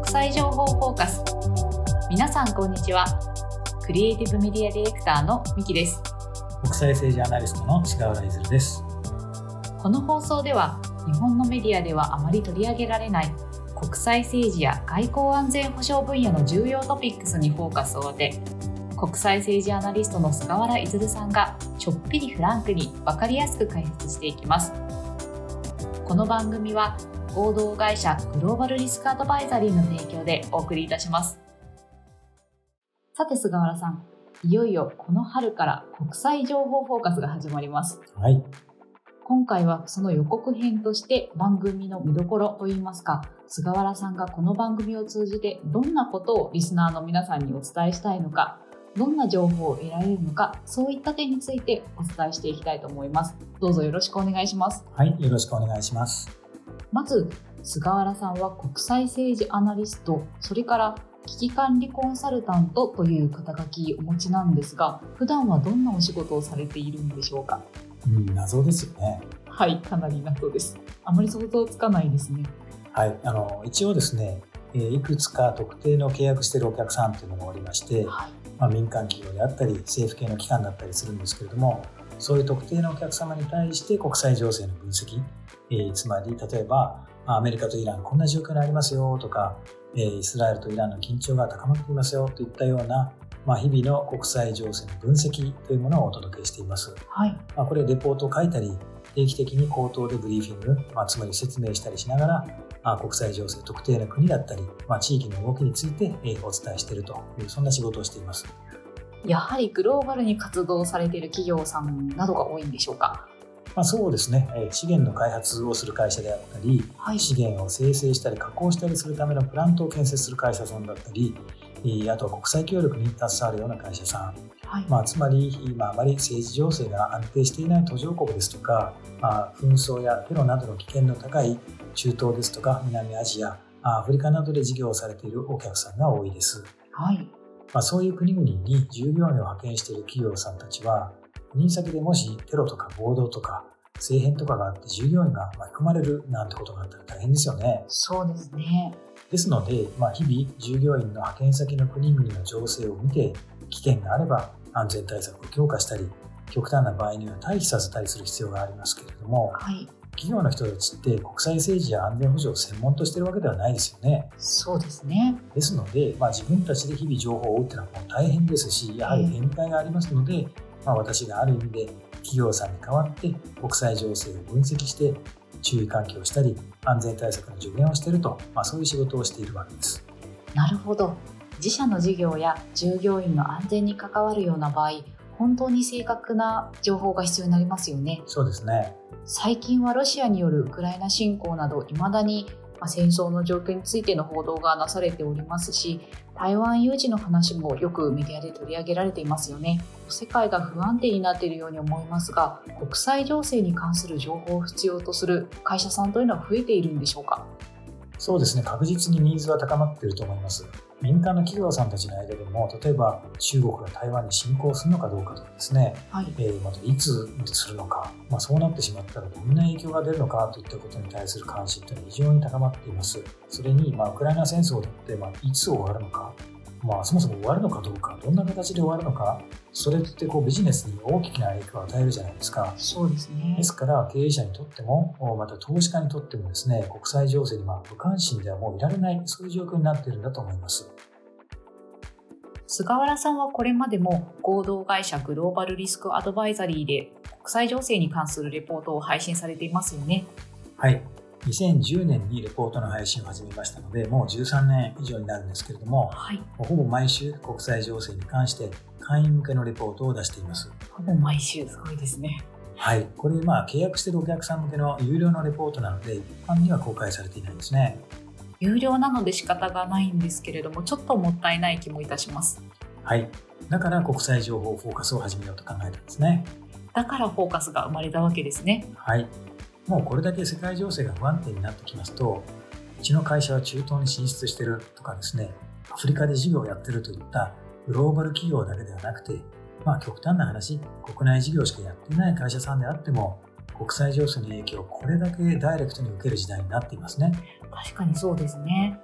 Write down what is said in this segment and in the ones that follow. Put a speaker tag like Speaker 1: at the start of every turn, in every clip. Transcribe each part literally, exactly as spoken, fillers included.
Speaker 1: 際情報フォーカス。皆さんこんにちは。クリエイティブメディアディレクターのミキです。
Speaker 2: 国際政治アナリストの菅原出です。
Speaker 1: この放送では日本のメディアではあまり取り上げられない国際政治や外交安全保障分野の重要トピックスにフォーカスを当て、国際政治アナリストの菅原出さんがちょっぴりフランクに分かりやすく解説していきます。この番組は合同会社グローバルリスクアドバイザリーの提供でお送りいたします。さて菅原さん、いよいよこの春から国際情報フォーカスが始まります。
Speaker 2: はい。
Speaker 1: 今回はその予告編として番組の見どころといいますか、菅原さんがこの番組を通じてどんなことをリスナーの皆さんにお伝えしたいのか、どんな情報を得られるのか、そういった点についてお伝えしていきたいと思います。どうぞよろしくお願いします。
Speaker 2: はい、よろしくお願いします。
Speaker 1: まず菅原さんは国際政治アナリスト、それから危機管理コンサルタントという肩書きをお持ちなんですが、普段はどんなお仕事をされているんでしょうか？
Speaker 2: うん、謎ですよね。
Speaker 1: はい、かなり謎です。あまり想像つかないですね。
Speaker 2: はい、あの一応ですね、いくつか特定の契約しているお客さんというのがおりまして、はい、まあ、民間企業であったり政府系の機関だったりするんですけれども、そういう特定のお客様に対して国際情勢の分析、えー、つまり例えばアメリカとイランこんな状況にありますよとか、えー、イスラエルとイランの緊張が高まっていますよといったような、まあ、日々の国際情勢の分析というものをお届けしています。
Speaker 1: はい。
Speaker 2: まあ、これレポートを書いたり定期的に口頭でブリーフィング、まあ、つまり説明したりしながら、まあ、国際情勢特定の国だったり、まあ、地域の動きについてお伝えしているという、そんな仕事をしています。
Speaker 1: やはりグローバルに活動されている企業さんなどが多いんでしょうか？
Speaker 2: まあ、そうですね、資源の開発をする会社であったり、はい、資源を生成したり加工したりするためのプラントを建設する会社さんだったり、あとは国際協力に携わるような会社さん、はい、まあ、つまり今あまり政治情勢が安定していない途上国ですとか、まあ、紛争やテロなどの危険の高い中東ですとか南アジア、アフリカなどで事業をされているお客さんが多いです。
Speaker 1: はい。
Speaker 2: まあ、そういう国々に従業員を派遣している企業さんたちは、任先でもしテロとか暴動とか政変とかがあって従業員が巻き込まれるなんてことがあったら大変ですよね。
Speaker 1: そうですね。
Speaker 2: ですので、まあ、日々従業員の派遣先の国々の情勢を見て、危険があれば安全対策を強化したり、極端な場合には退避させたりする必要がありますけれども、はい、企業の人たちって国際政治や安全保障を専門としているわけではないですよね。
Speaker 1: そうですね。
Speaker 2: ですので、まあ、自分たちで日々情報を追うというのはもう大変ですし、やはり限界がありますので、えーまあ、私がある意味で企業さんに代わって国際情勢を分析して注意喚起をしたり安全対策の助言をしていると、まあ、そういう仕事をしているわけです。
Speaker 1: なるほど。自社の事業や従業員の安全に関わるような場合、本当に正確な情報が必要になりますよね。
Speaker 2: そうですね。
Speaker 1: 最近はロシアによるウクライナ侵攻などいまだに戦争の状況についての報道がなされておりますし、台湾有事の話もよくメディアで取り上げられていますよね。世界が不安定になっているように思いますが、国際情勢に関する情報を必要とする会社さんというのは増えているんでしょうか？
Speaker 2: そうですね、確実にニーズは高まっていると思います。民間の企業さんたちの間でも、例えば中国が台湾に侵攻するのかどうかとかですね、はい、えー、またいつするのか、まあ、そうなってしまったらどんな影響が出るのかといったことに対する関心というのは非常に高まっています。それに、まあ、ウクライナ戦争だって、まあ、いつ終わるのか、まあ、そもそも終わるのかどうか、どんな形で終わるのか、それってこうビジネスに大きな影響を与えるじゃないですか。
Speaker 1: そうですね。
Speaker 2: ですから経営者にとっても、また投資家にとってもですね、国際情勢にまあ無関心ではもういられない、そういう状況になっているんだと思います。
Speaker 1: 菅原さんはこれまでも合同会社グローバルリスクアドバイザリーで国際情勢に関するレポートを配信されていますよね。
Speaker 2: はい。にせんじゅうねんにレポートの配信を始めましたので、もうじゅうさんねん以上になるんですけれども、はい、ほぼ毎週国際情勢に関して会員向けのレポートを出しています。
Speaker 1: ほぼ毎週、すごいですね。
Speaker 2: はい。これまあ契約しているお客さん向けの有料のレポートなので、一般には公開されていないんですね。
Speaker 1: 有料なので仕方がないんですけれども、ちょっともったいない気もいたします。
Speaker 2: はい。だから国際情報フォーカスを始めようと考えたんですね。
Speaker 1: だからフォーカスが生まれたわけですね。
Speaker 2: はい。もうこれだけ世界情勢が不安定になってきますと、うちの会社は中東に進出しているとかですね、アフリカで事業をやっているといったグローバル企業だけではなくて、まあ極端な話、国内事業しかやっていない会社さんであっても、国際情勢の影響をこれだけダイレクトに受ける時代になっていますね。
Speaker 1: 確かにそうですね。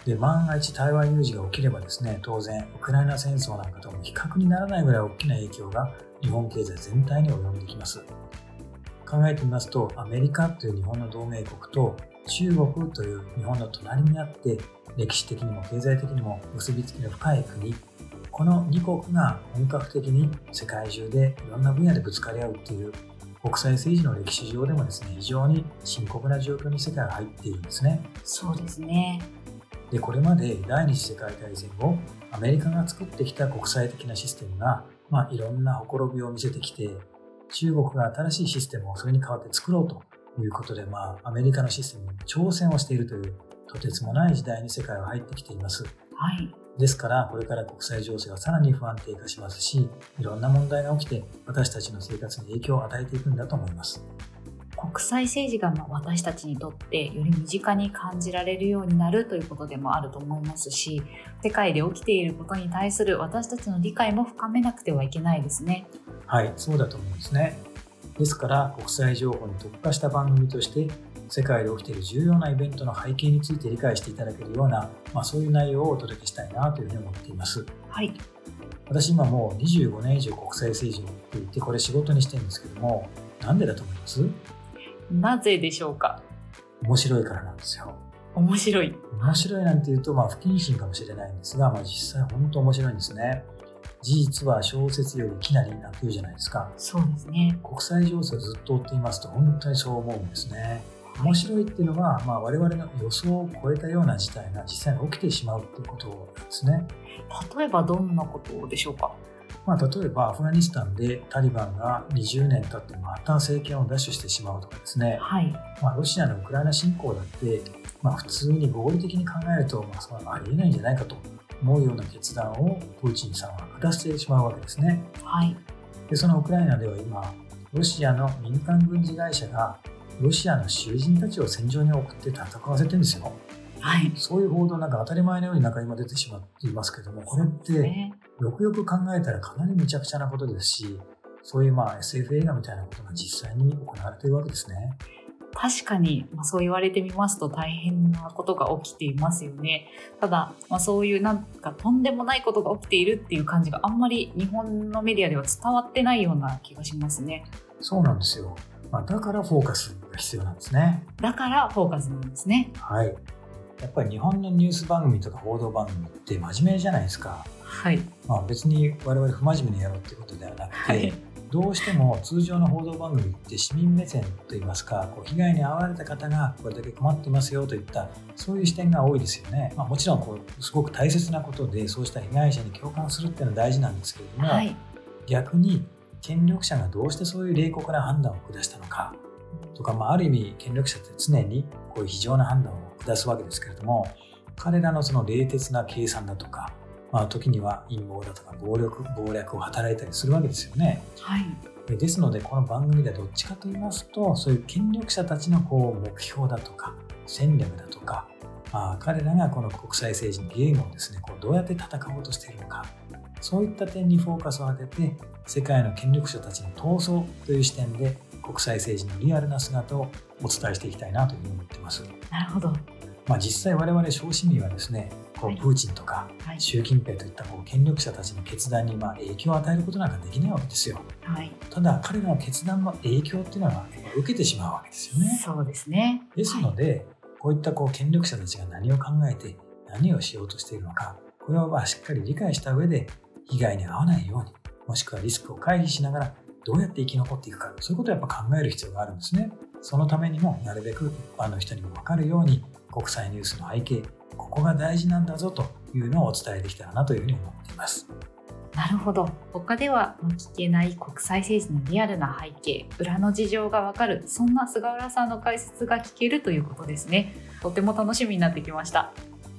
Speaker 2: で、万が一台湾有事が起きればですね、当然ウクライナ戦争なんかとも比較にならないぐらい大きな影響が日本経済全体に及んできます。考えてみますと、アメリカという日本の同盟国と中国という日本の隣にあって、歴史的にも経済的にも結びつきの深い国、このに国が本格的に世界中でいろんな分野でぶつかり合うっていう国際政治の歴史上でもですね、非常に深刻な状況に世界が入っているんですね。
Speaker 1: そうですね。
Speaker 2: で、これまで第二次世界大戦後、アメリカが作ってきた国際的なシステムが、まあ、いろんなほころびを見せてきて、中国が新しいシステムをそれに代わって作ろうということで、まあ、アメリカのシステムに挑戦をしているという、とてつもない時代に世界は入ってきています。
Speaker 1: はい。
Speaker 2: ですから、これから国際情勢がさらに不安定化しますし、いろんな問題が起きて、私たちの生活に影響を与えていくんだと思います。
Speaker 1: 国際政治が私たちにとってより身近に感じられるようになるということでもあると思いますし、世界で起きていることに対する私たちの理解も深めなくてはいけないですね。
Speaker 2: はい、そうだと思うんですね。ですから国際情報に特化した番組として世界で起きている重要なイベントの背景について理解していただけるような、まあ、そういう内容をお届けしたいなというふうに思っています。
Speaker 1: はい。
Speaker 2: 私今もうにじゅうごねん以上国際政治をって言ってこれ仕事にしてるんですけども、なんでだと思います？
Speaker 1: なぜでしょうか？
Speaker 2: 面白いからなんですよ。
Speaker 1: 面白い。
Speaker 2: 面白いなんて言うと、まあ、不謹慎かもしれないんですが、まあ、実際本当面白いんですね。事実は小説よりきなりなんて言うじゃないですか。
Speaker 1: そうですね。
Speaker 2: 国際情勢をずっと追っていますと本当にそう思うんですね。面白いっていうのは、まあ、我々の予想を超えたような事態が実際に起きてしまうっていうことなんですね。
Speaker 1: 例えばどんなことでしょうか？
Speaker 2: まあ、例えばアフガニスタンでタリバンがにじゅうねん経ってまた政権を奪取してしまうとかですね、
Speaker 1: はい。
Speaker 2: まあ、ロシアのウクライナ侵攻だって、まあ、普通に合理的に考えると、まあ、それはありえないんじゃないかと思うような決断をプーチンさんは下してしまうわけですね。
Speaker 1: はい。
Speaker 2: で、そのウクライナでは今ロシアの民間軍事会社がロシアの囚人たちを戦場に送って戦わせてるんですよ。
Speaker 1: はい。
Speaker 2: そういう報道なんか当たり前のようになんか今出てしまっていますけども、これってよくよく考えたらかなり無茶苦茶なことですし、そういうまあ エスエフ 映画みたいなことが実際に行われているわけですね。
Speaker 1: 確かに、まあ、そう言われてみますと大変なことが起きていますよね。ただ、まあ、そういうなんかとんでもないことが起きているっていう感じがあんまり日本のメディアでは伝わってないような気がしますね。
Speaker 2: そうなんですよ。まあ、だからフォーカスが必要なんですね。
Speaker 1: だからフォーカスなんですね。
Speaker 2: はい。やっぱり日本のニュース番組とか報道番組って真面目じゃないですか。
Speaker 1: はい。
Speaker 2: まあ、別に我々不真面目にやろうってことではなくて、はい、どうしても通常の報道番組って市民目線といいますか、こう被害に遭われた方がこれだけ困っていますよといったそういう視点が多いですよね。まあ、もちろんこうすごく大切なことでそうした被害者に共感するっていうのは大事なんですけれども、はい、逆に権力者がどうしてそういう冷酷な判断を下したのかとか、まあ、ある意味権力者って常にこういう非常な判断を下すわけですけれども、彼らのその冷徹な計算だとか、まあ、時には陰謀だとか暴力、暴略を働いたりするわけですよね。
Speaker 1: はい。
Speaker 2: ですのでこの番組ではどっちかと言いますと、そういう権力者たちのこう目標だとか戦略だとか、まあ、彼らがこの国際政治のゲームをですね、こうどうやって戦おうとしているのか、そういった点にフォーカスを当てて世界の権力者たちの闘争という視点で国際政治のリアルな姿をお伝えしていきたいなというふうに思っています。
Speaker 1: なるほど。
Speaker 2: まあ、実際我々小市民はですね、こうプーチンとか習近平といったこう権力者たちの決断にまあ影響を与えることなんかできないわけですよ。
Speaker 1: はい、
Speaker 2: ただ彼らの決断の影響っていうのは受けてしまうわけですよね。
Speaker 1: そうですね。
Speaker 2: ですので、はい、こういったこう権力者たちが何を考えて何をしようとしているのか、これをまあしっかり理解した上で被害に遭わないように、もしくはリスクを回避しながらどうやって生き残っていくか、そういうことをやっぱ考える必要があるんですね。そのためにもなるべく一般の人にも分かるように国際ニュースの背景、ここが大事なんだぞというのをお伝えできたらなというふうに思っています。
Speaker 1: なるほど。他では聞けない国際政治のリアルな背景、裏の事情が分かる、そんな菅原さんの解説が聞けるということですね。とても楽しみになってきました。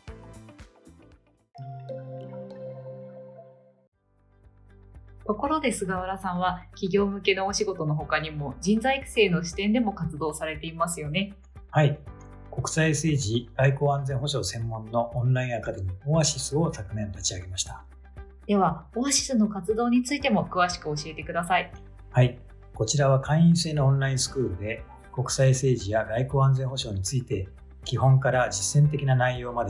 Speaker 1: ところで菅原さんは企業向けのお仕事の他にも人材育成の視点でも活動されていますよね。
Speaker 2: はい。国際政治・外交安全保障専門のオンラインアカデミーオアシスを昨年立ち上げました。
Speaker 1: では、オアシスの活動についても詳しく教えてください。
Speaker 2: はい。こちらは会員制のオンラインスクールで国際政治や外交安全保障について基本から実践的な内容まで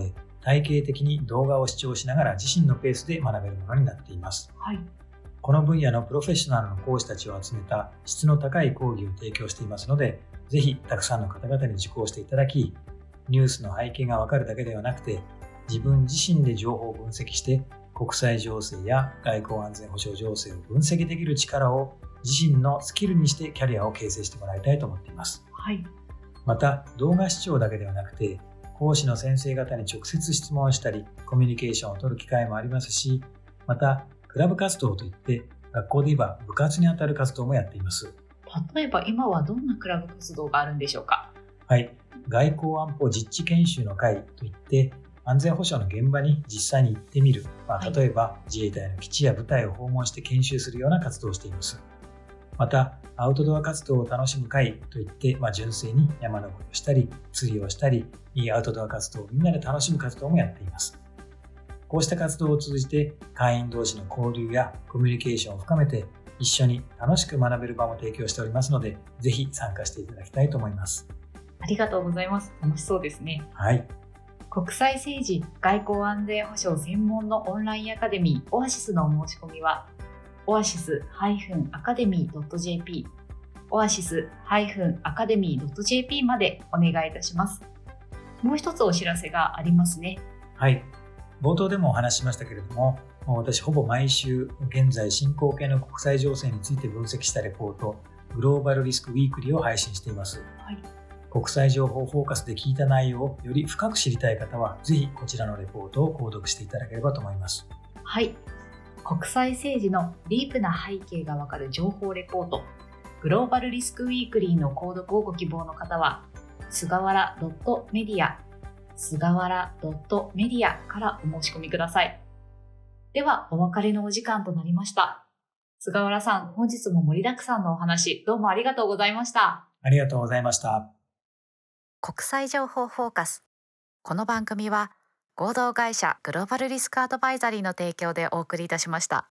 Speaker 2: 体系的に動画を視聴しながら自身のペースで学べるものになっています。
Speaker 1: はい。
Speaker 2: この分野のプロフェッショナルの講師たちを集めた質の高い講義を提供していますので、ぜひたくさんの方々に受講していただき、ニュースの背景がわかるだけではなくて、自分自身で情報を分析して国際情勢や外交安全保障情勢を分析できる力を自身のスキルにしてキャリアを形成してもらいたいと思っています。
Speaker 1: はい。
Speaker 2: また、動画視聴だけではなくて、講師の先生方に直接質問したり、コミュニケーションを取る機会もありますし、また、クラブ活動といって、学校で言えば部活にあたる活動もやっています。
Speaker 1: 例えば今はどんなクラブ活動があるんでしょうか？
Speaker 2: はい。外交安保実地研修の会といって、安全保障の現場に実際に行ってみる。まあ、例えば、自衛隊の基地や部隊を訪問して研修するような活動をしています。また、アウトドア活動を楽しむ会といって、まあ、純粋に山登りをしたり、釣りをしたり、アウトドア活動をみんなで楽しむ活動もやっています。こうした活動を通じて、会員同士の交流やコミュニケーションを深めて、一緒に楽しく学べる場も提供しておりますので、ぜひ参加していただきたいと思います。
Speaker 1: ありがとうございます。楽しそうですね。
Speaker 2: はい。
Speaker 1: 国際政治・外交安全保障専門のオンラインアカデミーオアシスのお申し込みは、オアシス アカデミー ドット ジェーピー オアシス アカデミー ドット ジェーピー までお願いいたします。もう一つお知らせがありますね。
Speaker 2: はい。冒頭でもお話ししましたけれども、私ほぼ毎週現在進行形の国際情勢について分析したレポート、グローバルリスクウィークリーを配信しています。
Speaker 1: はい。
Speaker 2: 国際情報フォーカスで聞いた内容をより深く知りたい方は、ぜひこちらのレポートを購読していただければと思います。
Speaker 1: はい。国際政治のディープな背景がわかる情報レポート、グローバルリスクウィークリーの購読をご希望の方は、菅原 .media、菅原 .media からお申し込みください。では、お別れのお時間となりました。菅原さん、本日も盛りだくさんのお話、どうもありがとうございました。
Speaker 2: ありがとうございました。
Speaker 3: 国際情報フォーカス。この番組は合同会社グローバルリスクアドバイザリーの提供でお送りいたしました。